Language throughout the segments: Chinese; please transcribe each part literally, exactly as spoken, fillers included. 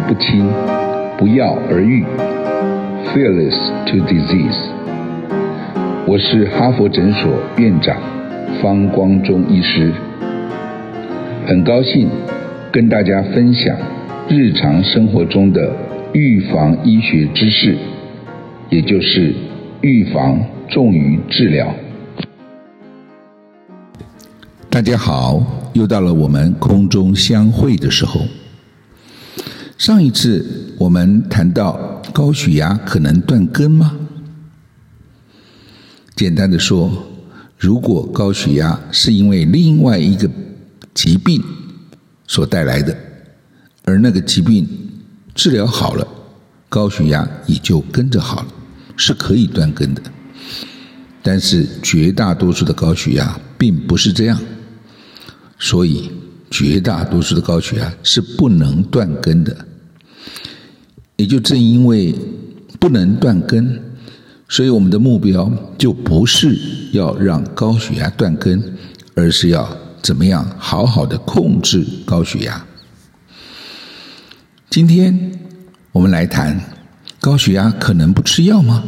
不侵，不药而愈 Fearless to Disease。 我是哈佛诊所院长方光宗医师，很高兴跟大家分享日常生活中的预防医学知识，也就是预防重于治疗。大家好，又到了我们空中相会的时候。上一次我们谈到高血压可能断根吗？简单的说，如果高血压是因为另外一个疾病所带来的，而那个疾病治疗好了，高血压也就跟着好了，是可以断根的。但是绝大多数的高血压并不是这样，所以绝大多数的高血压是不能断根的。也就正因为不能断根，所以我们的目标就不是要让高血压断根，而是要怎么样好好的控制高血压。今天我们来谈高血压可能不吃药吗？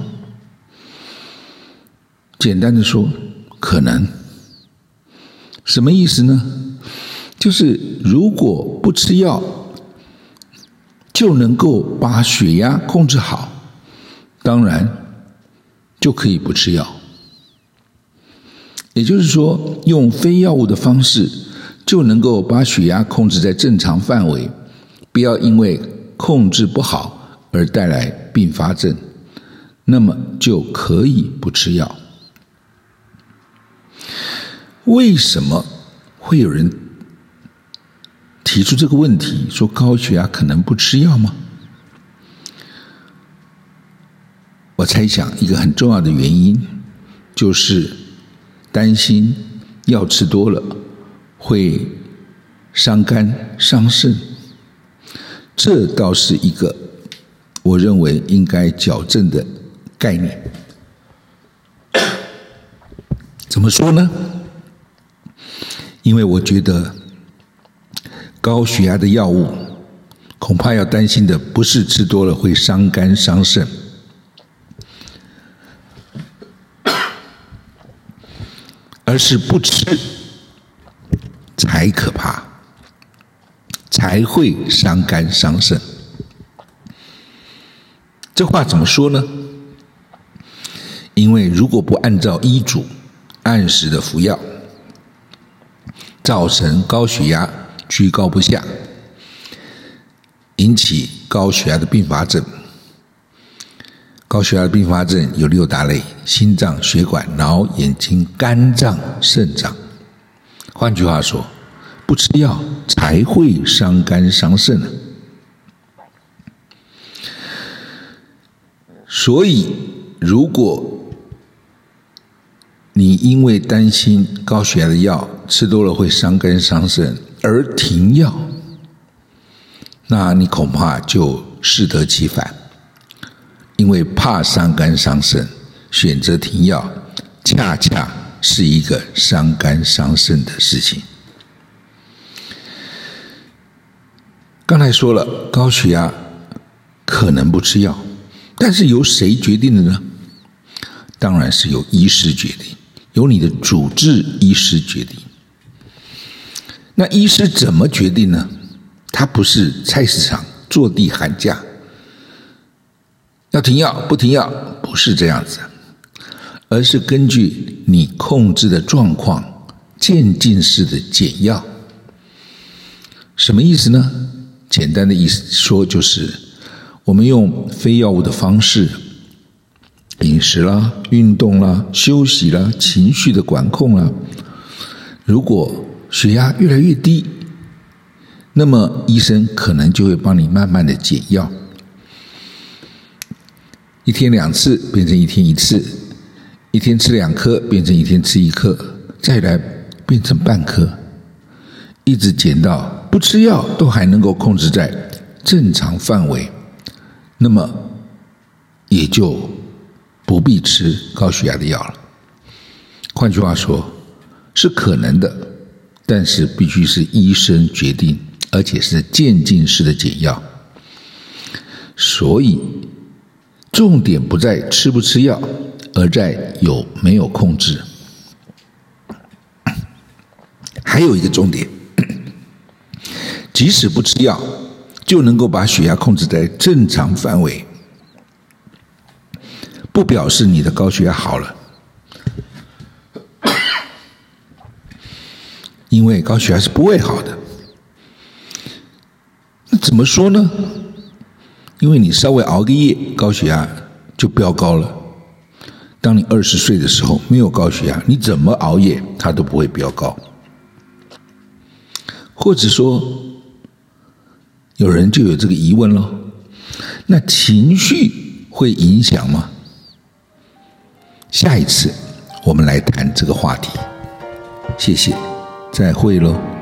简单的说，可能。什么意思呢？就是如果不吃药就能够把血压控制好，当然就可以不吃药。也就是说，用非药物的方式就能够把血压控制在正常范围，不要因为控制不好而带来并发症，那么就可以不吃药。为什么会有人提出这个问题，说高血压可能不吃药吗？我猜想一个很重要的原因，就是担心药吃多了会伤肝伤肾。这倒是一个我认为应该矫正的概念。怎么说呢？因为我觉得高血压的药物恐怕要担心的不是吃多了会伤肝伤肾，而是不吃才可怕，才会伤肝伤肾。这话怎么说呢？因为如果不按照医嘱按时的服药，造成高血压居高不下，引起高血压的并发症。高血压的并发症有六大类：心脏、血管、脑、眼睛、肝脏、肾脏。换句话说，不吃药才会伤肝伤肾。所以，如果你因为担心高血压的药吃多了会伤肝伤肾而停药，那你恐怕就适得其反。因为怕伤肝伤肾，选择停药，恰恰是一个伤肝伤肾的事情。刚才说了，高血压可能不吃药，但是由谁决定的呢？当然是由医师决定，由你的主治医师决定。那医师怎么决定呢？他不是菜市场坐地喊价，要停药不停药，不是这样子，而是根据你控制的状况渐进式的减药。什么意思呢？简单的意思说，就是我们用非药物的方式，饮食啦、运动啦、休息啦、情绪的管控啦，如果血压越来越低，那么医生可能就会帮你慢慢的减药，一天两次变成一天一次，一天吃两颗变成一天吃一颗，再来变成半颗，一直减到不吃药都还能够控制在正常范围，那么也就不必吃高血压的药了。换句话说，是可能的，但是必须是医生决定，而且是渐进式的减药。 所以重点不在吃不吃药，而在有没有控制。还有一个重点，即使不吃药，就能够把血压控制在正常范围，不表示你的高血压好了。因为高血压是不会好的。那怎么说呢？因为你稍微熬个夜，高血压就飙高了。当你二十岁的时候没有高血压，你怎么熬夜它都不会飙高。或者说，有人就有这个疑问了：那情绪会影响吗？下一次我们来谈这个话题。谢谢，再会喽。